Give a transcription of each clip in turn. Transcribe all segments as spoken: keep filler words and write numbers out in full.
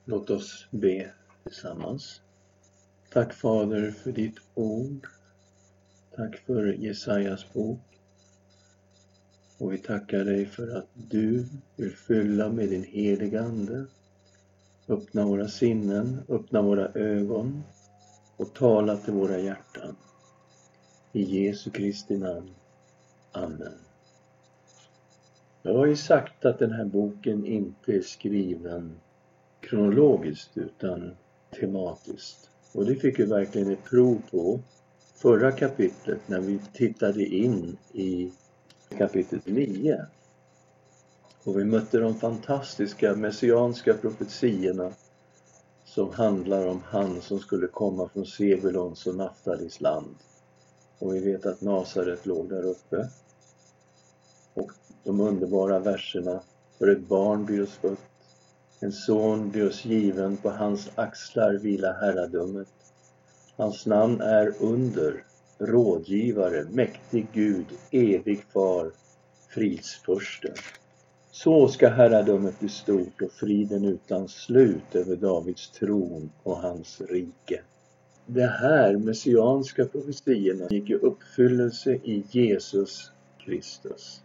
Låt oss be tillsammans. Tack Fader för ditt ord. Tack för Jesajas bok. Och vi tackar dig för att du vill fylla med din heliga ande. Öppna våra sinnen, öppna våra ögon och tala till våra hjärtan. I Jesu Kristi namn. Amen. Jag har ju sagt att den här boken inte är skriven kronologiskt utan tematiskt. Och det fick vi verkligen ett prov på förra kapitlet när vi tittade in i kapitel nio. Och vi mötte de fantastiska messianska profetiorna som handlar om han som skulle komma från Sebulons och Naftalis land. Och vi vet att Nasaret låg där uppe. Och de underbara verserna: för ett barn blir oss fött, en son blir oss given, på hans axlar vila herradömet. Hans namn är under, rådgivare, mäktig Gud, evig far, fridsförste. Så ska herradömet bli stort och friden utan slut över Davids tron och hans rike. Det här messianska profetiorna gick i uppfyllelse i Jesus Kristus.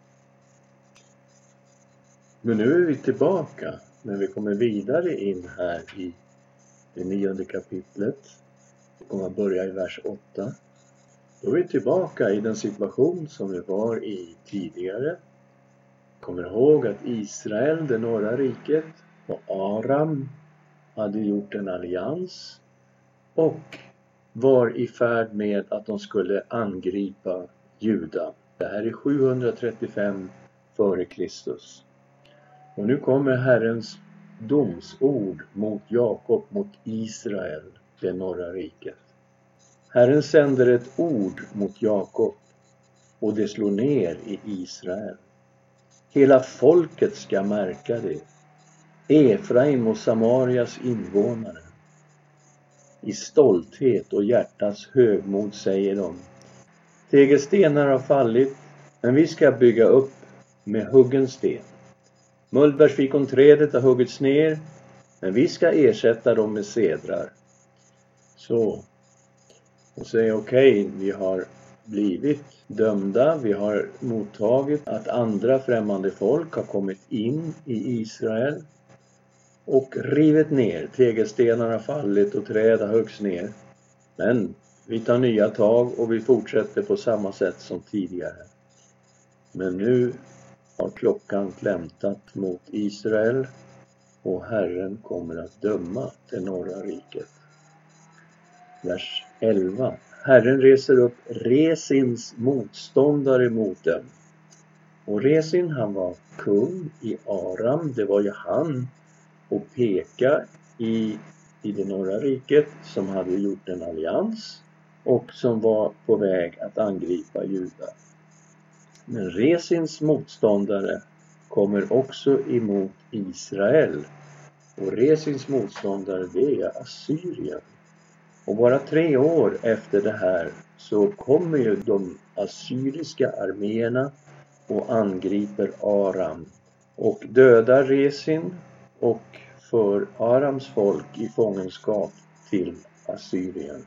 Men nu är vi tillbaka när vi kommer vidare in här i det nionde kapitlet. Vi kommer att börja i vers åtta. Då är vi tillbaka i den situation som vi var i tidigare. Kommer ihåg att Israel, det norra riket, och Aram hade gjort en allians och var i färd med att de skulle angripa Juda. Det här är sjuhundratrettiofem före Kristus. Och nu kommer Herrens domsord mot Jakob, mot Israel, det norra riket. Herren sänder ett ord mot Jakob och det slår ner i Israel. Hela folket ska märka det. Efraim och Samarias invånare. I stolthet och hjärtats högmod säger de: tegelstenar har fallit, men vi ska bygga upp med huggen sten. Mullbärsfikonträdet har huggits ner, men vi ska ersätta dem med cedrar. Så, och säger okej, okay, vi har blivit dömda, vi har mottagit att andra främmande folk har kommit in i Israel och rivit ner. Tegelstenar har fallit och träd har huggits ner. Men vi tar nya tag och vi fortsätter på samma sätt som tidigare. Men nu har klockan klämtat mot Israel och Herren kommer att döma det norra riket. Vers elva. Herren reser upp Resins motståndare mot dem. Och Resin, han var kung i Aram. Det var ju han och Peka i, i det norra riket som hade gjort en allians och som var på väg att angripa Juda. Men Resins motståndare kommer också emot Israel. Och Resins motståndare, det är Assyrien. Och bara tre år efter det här så kommer ju de assyriska arméerna och angriper Aram. Och dödar Resin och för Arams folk i fångenskap till Assyrien.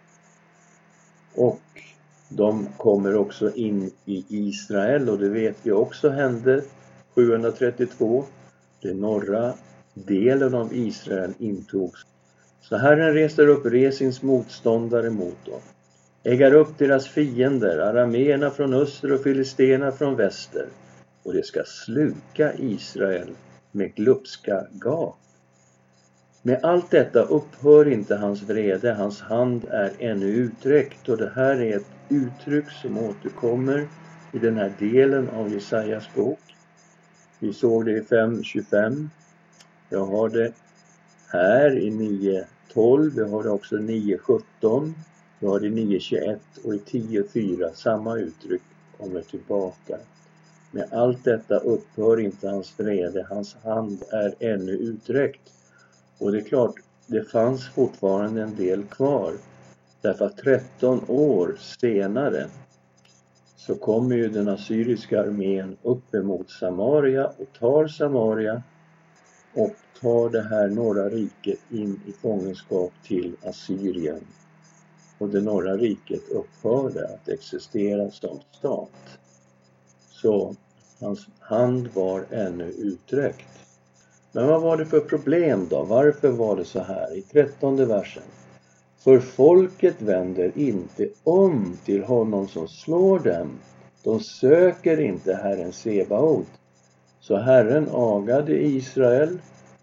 Och de kommer också in i Israel, och det vet vi också hände sjuhundratrettiotvå. Den norra delen av Israel intogs. Så Herren reser upp Resins motståndare mot dem. Äggar upp deras fiender, arameerna från öster och filisterna från väster. Och det ska sluka Israel med glupska gap. Med allt detta upphör inte hans vrede, hans hand är ännu uträckt. Och det här är ett uttryck som återkommer i den här delen av Jesajas bok. Vi såg det i fem tjugofem. Jag har det här i nio tolv. Vi har det också i nio sjutton. Vi har det i nio tjugoett och i tio fyra. Samma uttryck kommer tillbaka. Med allt detta upphör inte hans vrede, hans hand är ännu uträckt. Och det är klart, det fanns fortfarande en del kvar. Därför att tretton år senare så kommer ju den assyriska armén upp emot Samaria och tar Samaria. och tar det här norra riket in i fångenskap till Assyrien. Och det norra riket upphörde att existera som stat. Så hans hand var ännu utsträckt. Men vad var det för problem då? Varför var det så här? I trettonde versen. För folket vänder inte om till honom som slår dem. De söker inte Herren Sebaot. Så Herren agade Israel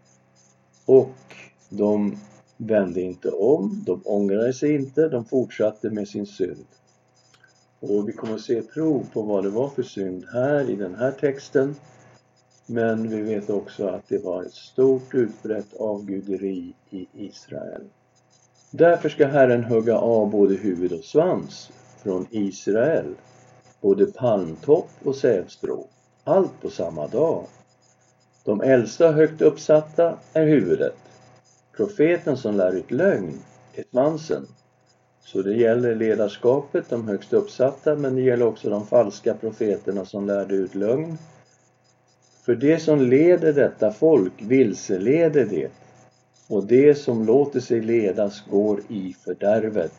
och de vände inte om. De ångrade sig inte. De fortsatte med sin synd. Och vi kommer att se prov på vad det var för synd här i den här texten. Men vi vet också att det var ett stort utbrett avguderi i Israel. Därför ska Herren hugga av både huvud och svans från Israel. Både palmtopp och sävstrå. Allt på samma dag. De äldsta högt uppsatta är huvudet. Profeten som lär ut lögn är svansen. Så det gäller ledarskapet, de högst uppsatta, men det gäller också de falska profeterna som lärde ut lögn. För det som leder detta folk vilseleder det, och det som låter sig ledas går i fördärvet.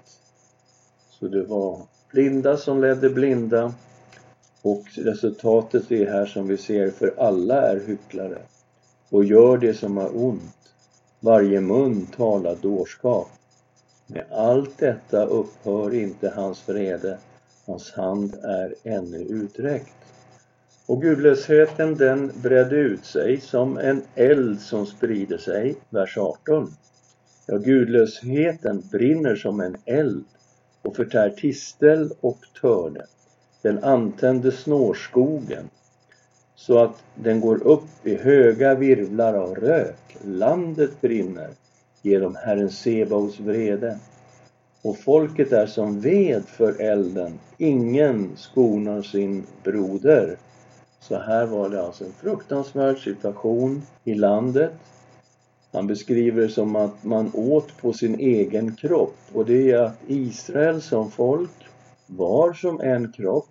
Så det var blinda som ledde blinda, och resultatet är här som vi ser, för alla är hycklare och gör det som är ont. Varje mun talar dårskap. Med allt detta upphör inte hans vrede, hans hand är ännu uträckt. Och gudlösheten den bredde ut sig som en eld som sprider sig, vers arton. Ja, gudlösheten brinner som en eld och förtär tistel och törne. Den antände snårskogen så att den går upp i höga virvlar av rök. Landet brinner genom Herren Sebaos vrede. Och folket är som ved för elden. Ingen skonar sin broder. Så här var det alltså en fruktansvärd situation i landet. Han beskriver det som att man åt på sin egen kropp. Och det är att Israel som folk var som en kropp.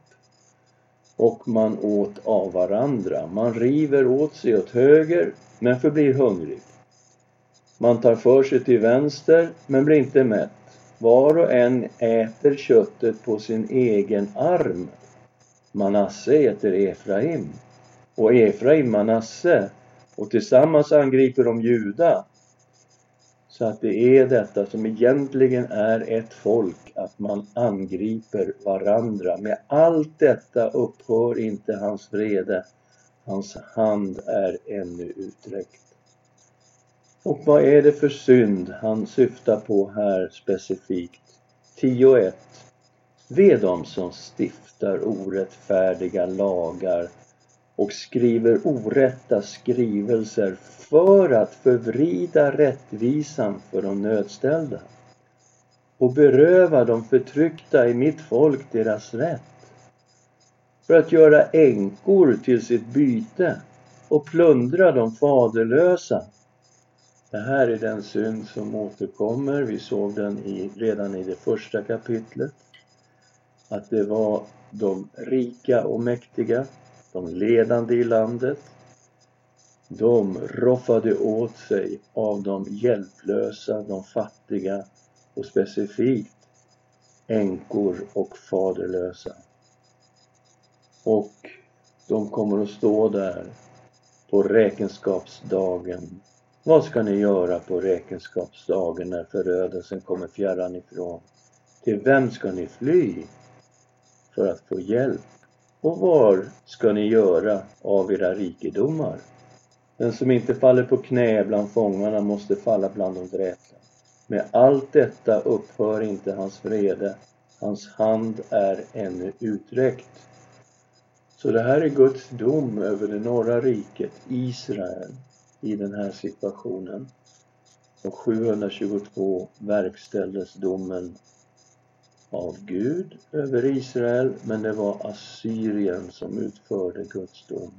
Och man åt av varandra. Man river åt sig åt höger men förblir hungrig. Man tar för sig till vänster men blir inte mätt. Var och en äter köttet på sin egen arm. Manasse äter Efraim. Och Efraim Manasse. Och tillsammans angriper de Juda. Så att det är detta som egentligen är ett folk. Att man angriper varandra. Med allt detta upphör inte hans vrede. Hans hand är ännu utsträckt. Och vad är det för synd han syftar på här specifikt? tio ett. Ve de som stiftar orättfärdiga lagar och skriver orätta skrivelser för att förvrida rättvisan för de nödställda och beröva de förtryckta i mitt folk deras rätt, för att göra änkor till sitt byte och plundra de faderlösa. Det här är den synd som återkommer. Vi såg den i, redan i det första kapitlet. Att det var de rika och mäktiga, de ledande i landet. De roffade åt sig av de hjälplösa, de fattiga och specifikt änkor och faderlösa. Och de kommer att stå där på räkenskapsdagen. Vad ska ni göra på räkenskapsdagen när förödelsen kommer fjärran ifrån? Till vem ska ni fly för att få hjälp? Och var ska ni göra av era rikedomar? Den som inte faller på knä bland fångarna måste falla bland de dräpta. Med allt detta upphör inte hans vrede. Hans hand är ännu uträckt. Så det här är Guds dom över det norra riket, Israel, i den här situationen. Och sjuhundratjugotvå verkställdes domen av Gud över Israel, men det var Assyrien som utförde Guds dom.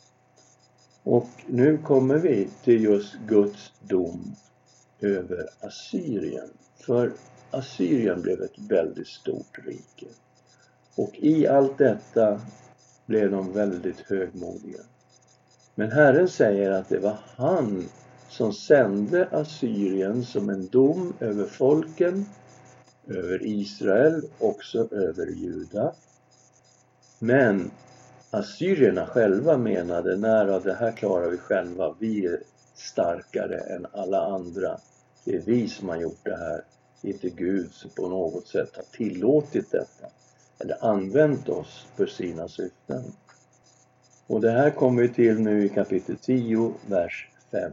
Och nu kommer vi till just Guds dom över Assyrien. För Assyrien blev ett väldigt stort rike. Och i allt detta blev de väldigt högmodiga. Men Herren säger att det var han som sände Assyrien som en dom över folken, över Israel, också över Juda. Men assyrierna själva menade, nära det här klarar vi själva, vi är starkare än alla andra. Det är vi som har gjort det här, inte Gud som på något sätt har tillåtit detta eller använt oss för sina syften. Och det här kommer vi till nu i kapitel tio, vers fem.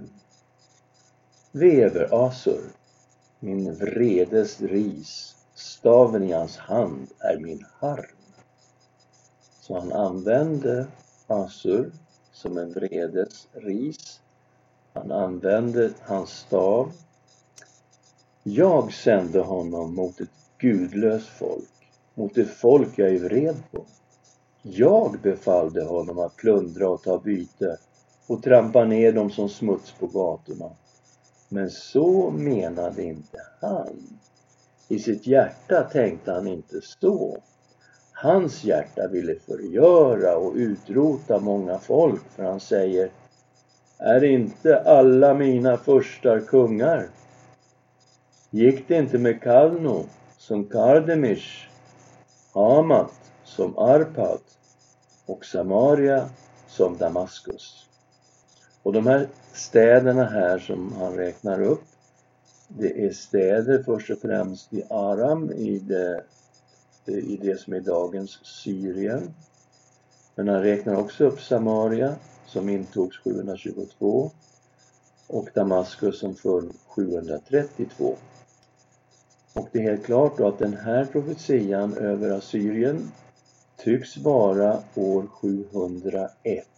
Vever Asur, min vredes ris, staven i hans hand är min harm. Så han använde Asur som en vredes ris. Han använde hans stav. Jag sände honom mot ett gudlöst folk, mot ett folk jag är vred på. Jag befallde honom att plundra och ta byte och trampa ner dem som smuts på gatorna. Men så menade inte han. I sitt hjärta tänkte han inte så. Hans hjärta ville förgöra och utrota många folk, för han säger: är inte alla mina förstar kungar? Gick det inte med Kalno som Kardemish, Hamat som Arpad och Samaria som Damaskus? Och de här städerna här som han räknar upp, det är städer först och främst i Aram, i det, i det som är dagens Syrien. Men han räknar också upp Samaria som intogs sjuhundratjugotvå och Damaskus som föll sjuhundratrettiotvå. Och det är helt klart då att den här profetian över Assyrien tycks vara år sjuhundraett.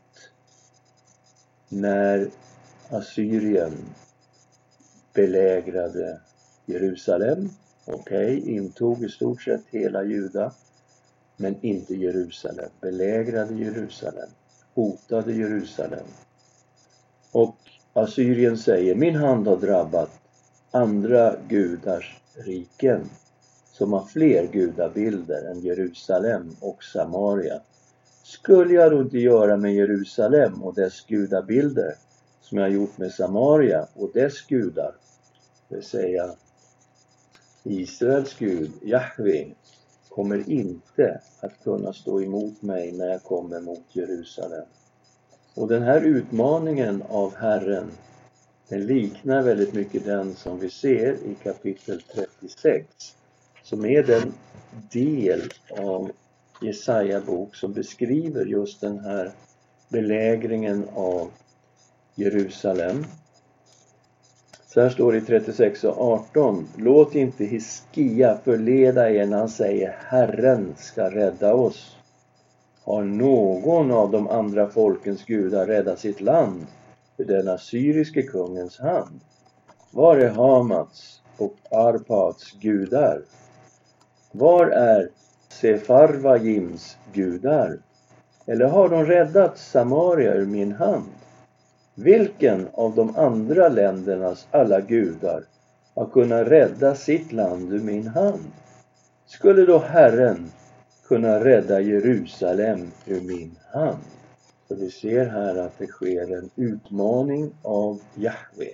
När Assyrien belägrade Jerusalem, okej, okay, intog i stort sett hela Juda, men inte Jerusalem. Belägrade Jerusalem, hotade Jerusalem. Och Assyrien säger: min hand har drabbat andra gudars riken som har fler gudabilder än Jerusalem och Samaria. Skulle jag då inte göra med Jerusalem och dess gudabilder som jag har gjort med Samaria och dess gudar? Det vill säga Israels Gud, Jahve, kommer inte att kunna stå emot mig när jag kommer mot Jerusalem. Och den här utmaningen av Herren, den liknar väldigt mycket den som vi ser i kapitel trettiosex, som är den del av Jesaja bok som beskriver just den här belägringen av Jerusalem. Så här står det i trettiosex och arton: låt inte Hiskia förleda er när han säger Herren ska rädda oss. Har någon av de andra folkens gudar räddat sitt land för den assyriske kungens hand? Var är Hamats och Arpads gudar? Var är Sefarvajims gudar? Eller har de räddat Samaria ur min hand? Vilken av de andra ländernas alla gudar har kunnat rädda sitt land ur min hand? Skulle då Herren kunna rädda Jerusalem ur min hand? Så vi ser här att det sker en utmaning av Jahve.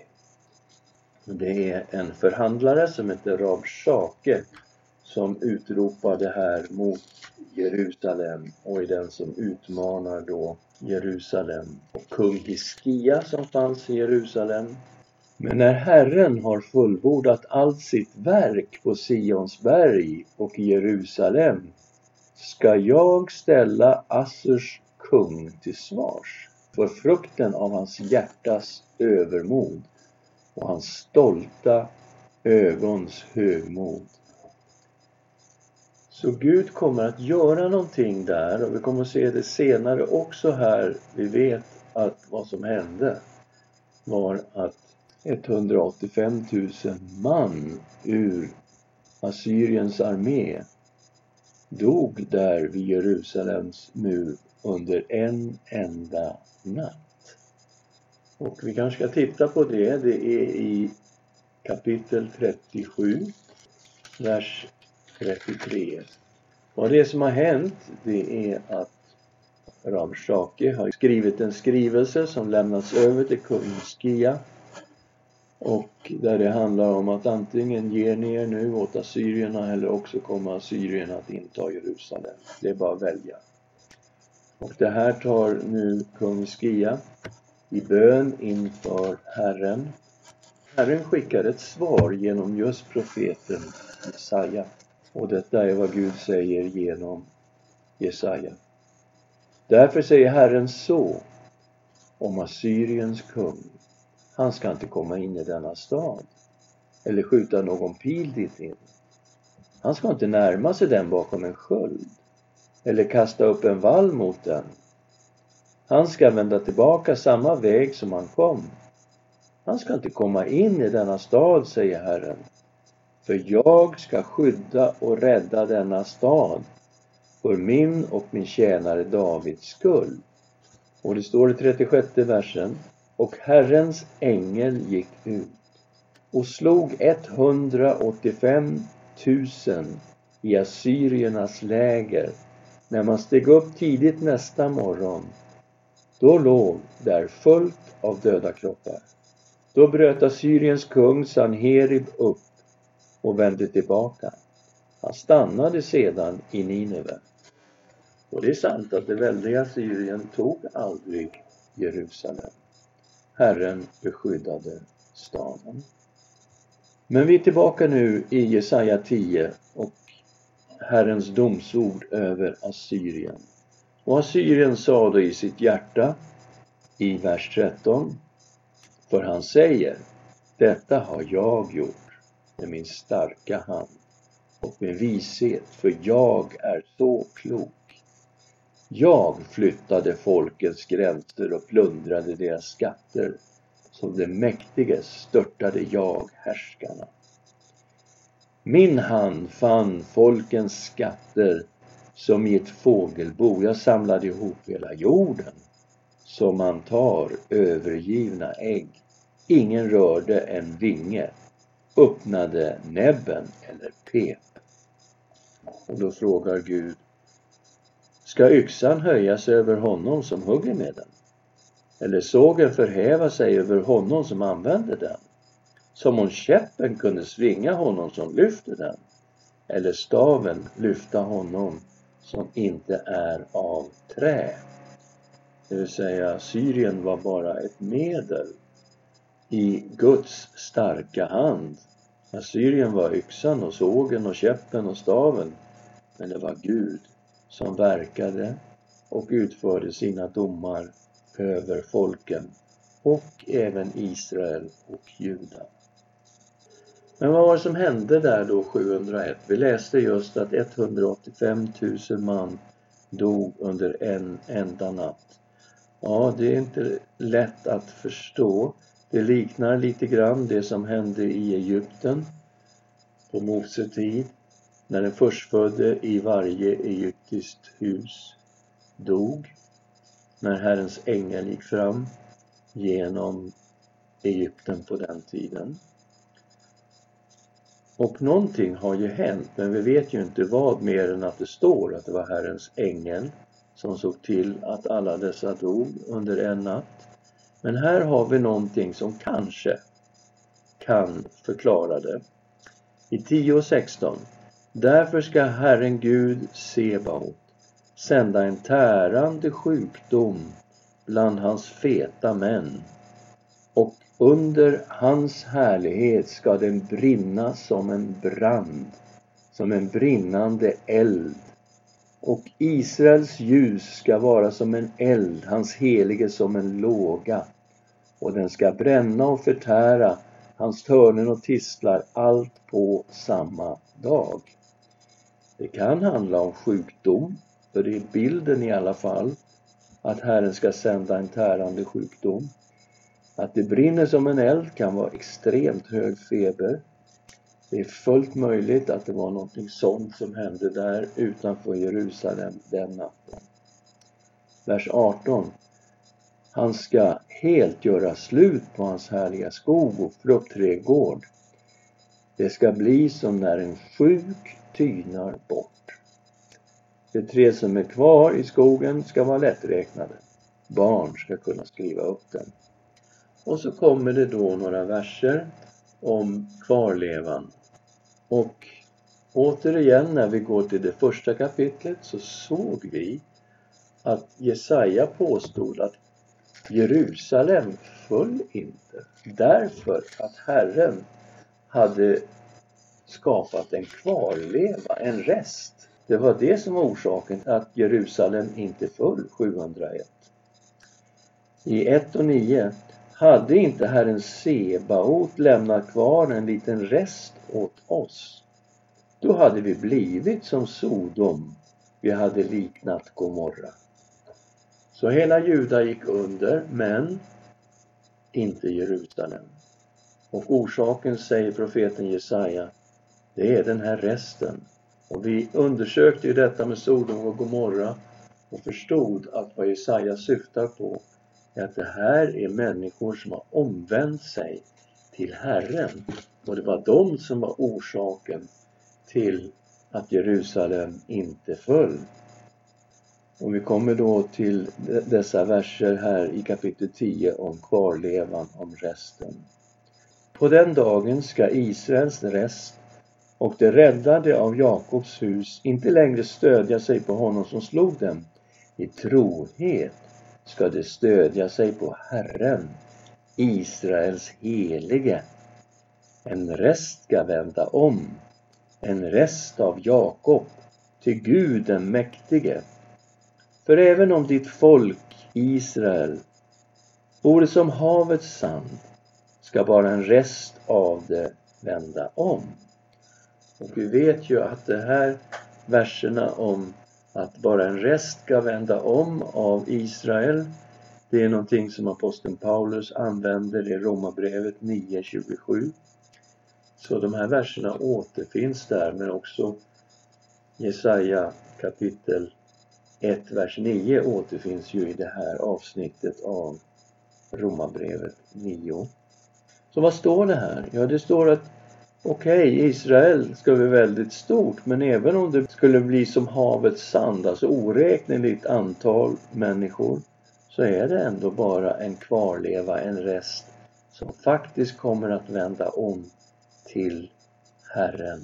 Det är en förhandlare som heter Rabshake som utropar det här mot Jerusalem och är den som utmanar då Jerusalem och kung Hiskia som fanns i Jerusalem. Men när Herren har fullbordat allt sitt verk på Sions berg och i Jerusalem ska jag ställa Assurs kung till svars för frukten av hans hjärtas övermod och hans stolta ögons högmod. Så Gud kommer att göra någonting där, och vi kommer att se det senare också här. Vi vet att vad som hände var att etthundraåttiofem tusen man ur Assyriens armé dog där vid Jerusalems mur under en enda natt. Och vi kanske ska titta på det. Det är i kapitel trettiosju, vers trettiotre. Vad det som har hänt, det är att Rabshakeh har skrivit en skrivelse som lämnats över till kung Hiskia. Och där det handlar om att antingen ger ni er nu åt assyrierna eller också kommer assyrierna att inta Jerusalem. Det är bara att välja. Och det här tar nu kung Hiskia i bön inför Herren. Herren skickar ett svar genom just profeten Jesaja. Och detta är vad Gud säger genom Jesaja. Därför säger Herren så om Assyriens kung. Han ska inte komma in i denna stad eller skjuta någon pil dit in. Han ska inte närma sig den bakom en sköld eller kasta upp en vall mot den. Han ska vända tillbaka samma väg som han kom. Han ska inte komma in i denna stad, säger Herren. För jag ska skydda och rädda denna stad för min och min tjänare Davids skull. Och det står i trettiosjätte versen. Och Herrens ängel gick ut och slog etthundraåttiofem tusen i assyriernas läger när man steg upp tidigt nästa morgon. Då låg där fullt av döda kroppar. Då bröt Assyriens kung Sanherib upp och vände tillbaka. Han stannade sedan i Nineve. Och det är sant att det väldiga Assyrien tog aldrig Jerusalem. Herren beskyddade staden. Men vi är tillbaka nu i Jesaja tio och Herrens domsord över Assyrien. Och Assyrien sa då i sitt hjärta i vers tretton. För han säger, detta har jag gjort med min starka hand och med vishet, för jag är så klok. Jag flyttade folkens gränser och plundrade deras skatter. Som det mäktige störtade jag härskarna. Min hand fann folkens skatter som i ett fågelbo. Jag samlade ihop hela jorden som man tar övergivna ägg. Ingen rörde en vinge, öppnade näbben eller pep. Och då frågar Gud, ska yxan höjas över honom som hugger med den? Eller sågen förhäva sig över honom som använder den? Som om käppen kunde svinga honom som lyfter den? Eller staven lyfta honom som inte är av trä? Det vill säga, Syrien var bara ett medel i Guds starka hand. Assyrien var yxan och sågen och käppen och staven. Men det var Gud som verkade och utförde sina domar över folken och även Israel och Juda. Men vad var det som hände där då sjuhundraett? Vi läste just att etthundraåttiofem tusen man dog under en enda natt. Ja, det är inte lätt att förstå. Det liknar lite grann det som hände i Egypten på Mose tid. När den förstfödde i varje egyptiskt hus dog. När Herrens ängel gick fram genom Egypten på den tiden. Och någonting har ju hänt, men vi vet ju inte vad mer än att det står att det var Herrens ängel som såg till att alla dessa dog under en natt. Men här har vi någonting som kanske kan förklara det. I tio och sexton. Därför ska Herren Gud Sebaot sända en tärande sjukdom bland hans feta män. Och under hans härlighet ska den brinna som en brand, som en brinnande eld. Och Israels ljus ska vara som en eld, hans helige som en låga. Och den ska bränna och förtära hans törnen och tistlar allt på samma dag. Det kan handla om sjukdom, för det är bilden i alla fall, att Herren ska sända en tärande sjukdom. Att det brinner som en eld kan vara extremt hög feber. Det är fullt möjligt att det var något sånt som hände där utanför Jerusalem den natten. Vers arton. Han ska helt göra slut på hans härliga skog och fruktträdgård. Det ska bli som när en sjuk tynar bort. De tre som är kvar i skogen ska vara lätträknade. Barn ska kunna skriva upp den. Och så kommer det då några verser om kvarlevan. Och återigen när vi går till det första kapitlet så såg vi att Jesaja påstod att Jerusalem föll inte. Därför att Herren hade skapat en kvarleva, en rest. Det var det som var orsaken att Jerusalem inte föll sjuhundraett. I ett och nio hade inte Herren Sebaot lämnat kvar en liten rest åt oss. Då hade vi blivit som Sodom. Vi hade liknat Gomorra. Så hela Juda gick under, men inte Jerusalem. Och orsaken, säger profeten Jesaja, det är den här resten. Och vi undersökte ju detta med Sodom och Gomorra och förstod att vad Jesaja syftar på är att det här är människor som har omvänt sig till Herren. Och det var de som var orsaken till att Jerusalem inte föll. Och vi kommer då till dessa verser här i kapitel tio om kvarlevan, om resten. På den dagen ska Israels rest och det räddade av Jakobs hus inte längre stödja sig på honom som slog dem. I trohet ska det stödja sig på Herren, Israels helige. En rest ska vända om, en rest av Jakob, till Gud den mäktige. För även om ditt folk, Israel, vore som havets sand, ska bara en rest av det vända om. Och vi vet ju att det här verserna om att bara en rest ska vända om av Israel, det är någonting som aposteln Paulus använder i Romarbrevet nio tjugosju. Så de här verserna återfinns där, men också Jesaja kapitel ett, vers nio återfinns ju i det här avsnittet av Romarbrevet nio. Så vad står det här? Ja, det står att okej, okay, Israel ska bli väldigt stort, men även om det skulle bli som havets sand, alltså oräkneligt antal människor, så är det ändå bara en kvarleva, en rest som faktiskt kommer att vända om till Herren.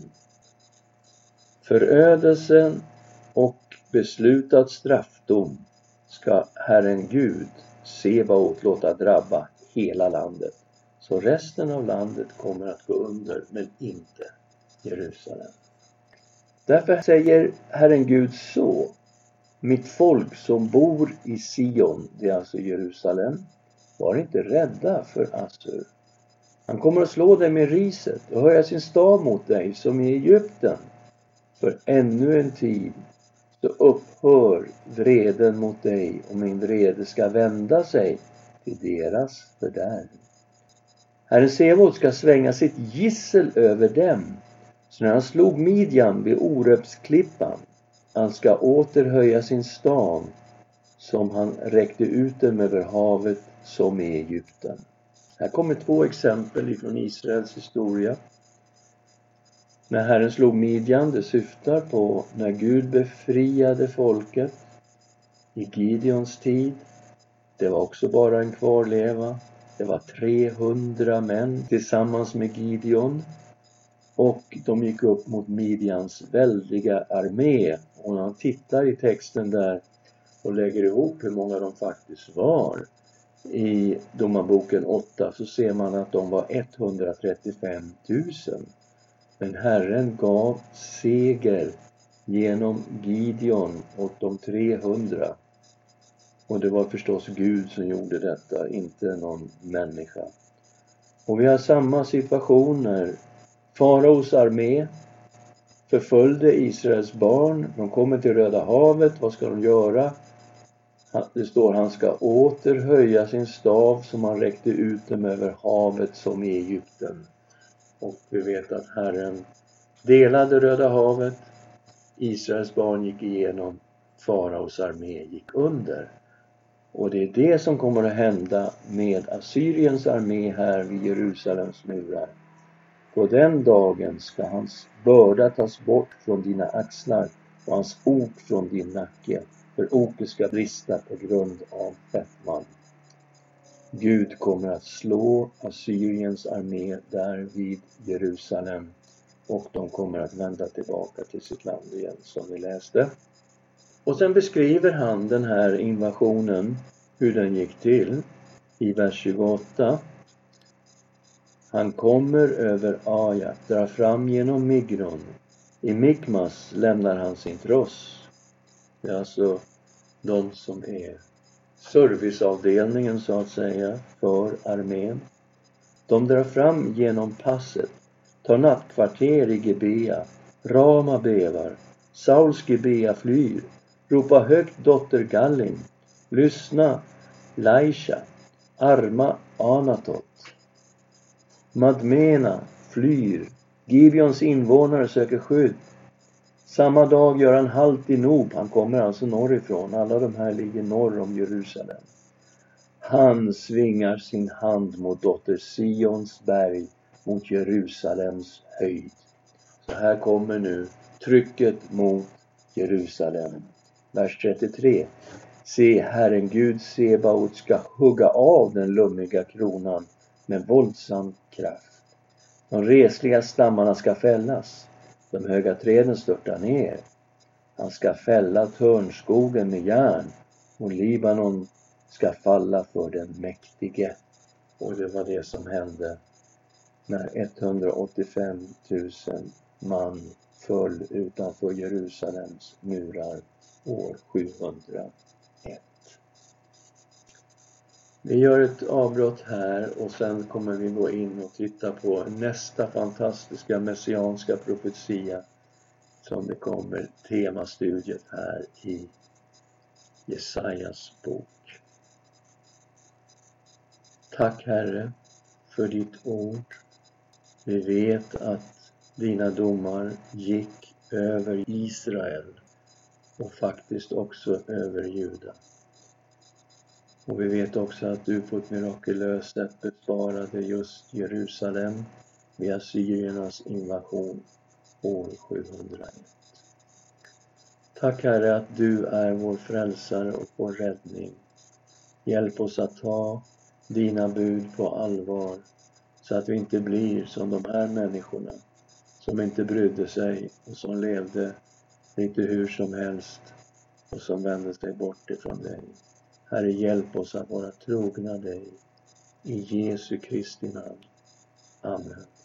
Förödelsen och beslutad straffdom ska Herren Gud Sebaot låta drabba hela landet. Så resten av landet kommer att gå under, men inte Jerusalem. Därför säger Herren Gud så: mitt folk som bor i Sion, det är alltså Jerusalem, var inte rädda för Assur. Han kommer att slå dig med riset och höja sin stav mot dig som i Egypten. För ännu en tid så upphör vreden mot dig, och min vrede ska vända sig till deras fördärv. Herren Sebaot ska svänga sitt gissel över dem, så när han slog Midjan vid Orepsklippan, han ska åter höja sin stav som han räckte ut dem över havet som i Egypten. Här kommer två exempel från Israels historia. När Herren slog Midjan, det syftar på när Gud befriade folket i Gideons tid. Det var också bara en kvarleva. Det var trehundra män tillsammans med Gideon. Och de gick upp mot Midjans väldiga armé. Och när man tittar i texten där och lägger ihop hur många de faktiskt var i Domarboken åtta, så ser man att de var etthundratrettiofem tusen. Men Herren gav seger genom Gideon åt de trehundra. Och det var förstås Gud som gjorde detta, inte någon människa. Och vi har samma situationer. Faraos armé förföljde Israels barn. De kommer till Röda havet. Vad ska de göra? Det står han ska åter höja sin stav som han räckte ut dem över havet som i Egypten. Och vi vet att Herren delade Röda havet. Israels barn gick igenom. Faraos armé gick under. Och det är det som kommer att hända med Assyriens armé här vid Jerusalems murar. På den dagen ska hans börda tas bort från dina axlar och hans ok från din nacke, för oket ska brista på grund av fettman. Gud kommer att slå Assyriens armé där vid Jerusalem, och de kommer att vända tillbaka till sitt land igen, som vi läste. Och sen beskriver han den här invasionen, hur den gick till i vers tjugoåtta. Han kommer över Ajat, drar fram genom Migron. I Mikmas lämnar han sin tross. Det är alltså de som är serviceavdelningen, så att säga, för armén. De drar fram genom passet, tar nattkvarter i Gebea. Rama bevar, Sauls Gebea flyr. Ropa högt, dotter Gallim. Lyssna, Laisha. Arma Anatot. Madmena flyr. Gibeons invånare söker skydd. Samma dag gör han halt i Nob. Han kommer alltså norrifrån. Alla de här ligger norr om Jerusalem. Han svingar sin hand mot dotter Sions berg, mot Jerusalems höjd. Så här kommer nu trycket mot Jerusalem. Vers trettiotre. Se, Herren Gud Sebaot ska hugga av den lummiga kronan med våldsam kraft. De resliga stammarna ska fällas. De höga träden störtar ner. Han ska fälla törnskogen med järn, och Libanon ska falla för den mäktige. Och det var det som hände när etthundraåttiofem tusen man föll utanför Jerusalems murar år sjuhundraett. Vi gör ett avbrott här och sen kommer vi gå in och titta på nästa fantastiska messianska profetia som det kommer temastudiet här i Jesajas bok. Tack Herre för ditt ord. Vi vet att dina domar gick över Israel och faktiskt också över Juda. Och vi vet också att du på ett mirakulöst sätt besparade just Jerusalem vid assyriernas invasion år sjuhundraett. Tack Herre att du är vår frälsare och vår räddning. Hjälp oss att ta dina bud på allvar, så att vi inte blir som de här människorna som inte brydde sig och som levde lite hur som helst och som vände sig bort ifrån dig. Herre, hjälp oss att vara trogna dig. I Jesu Kristi namn. Amen.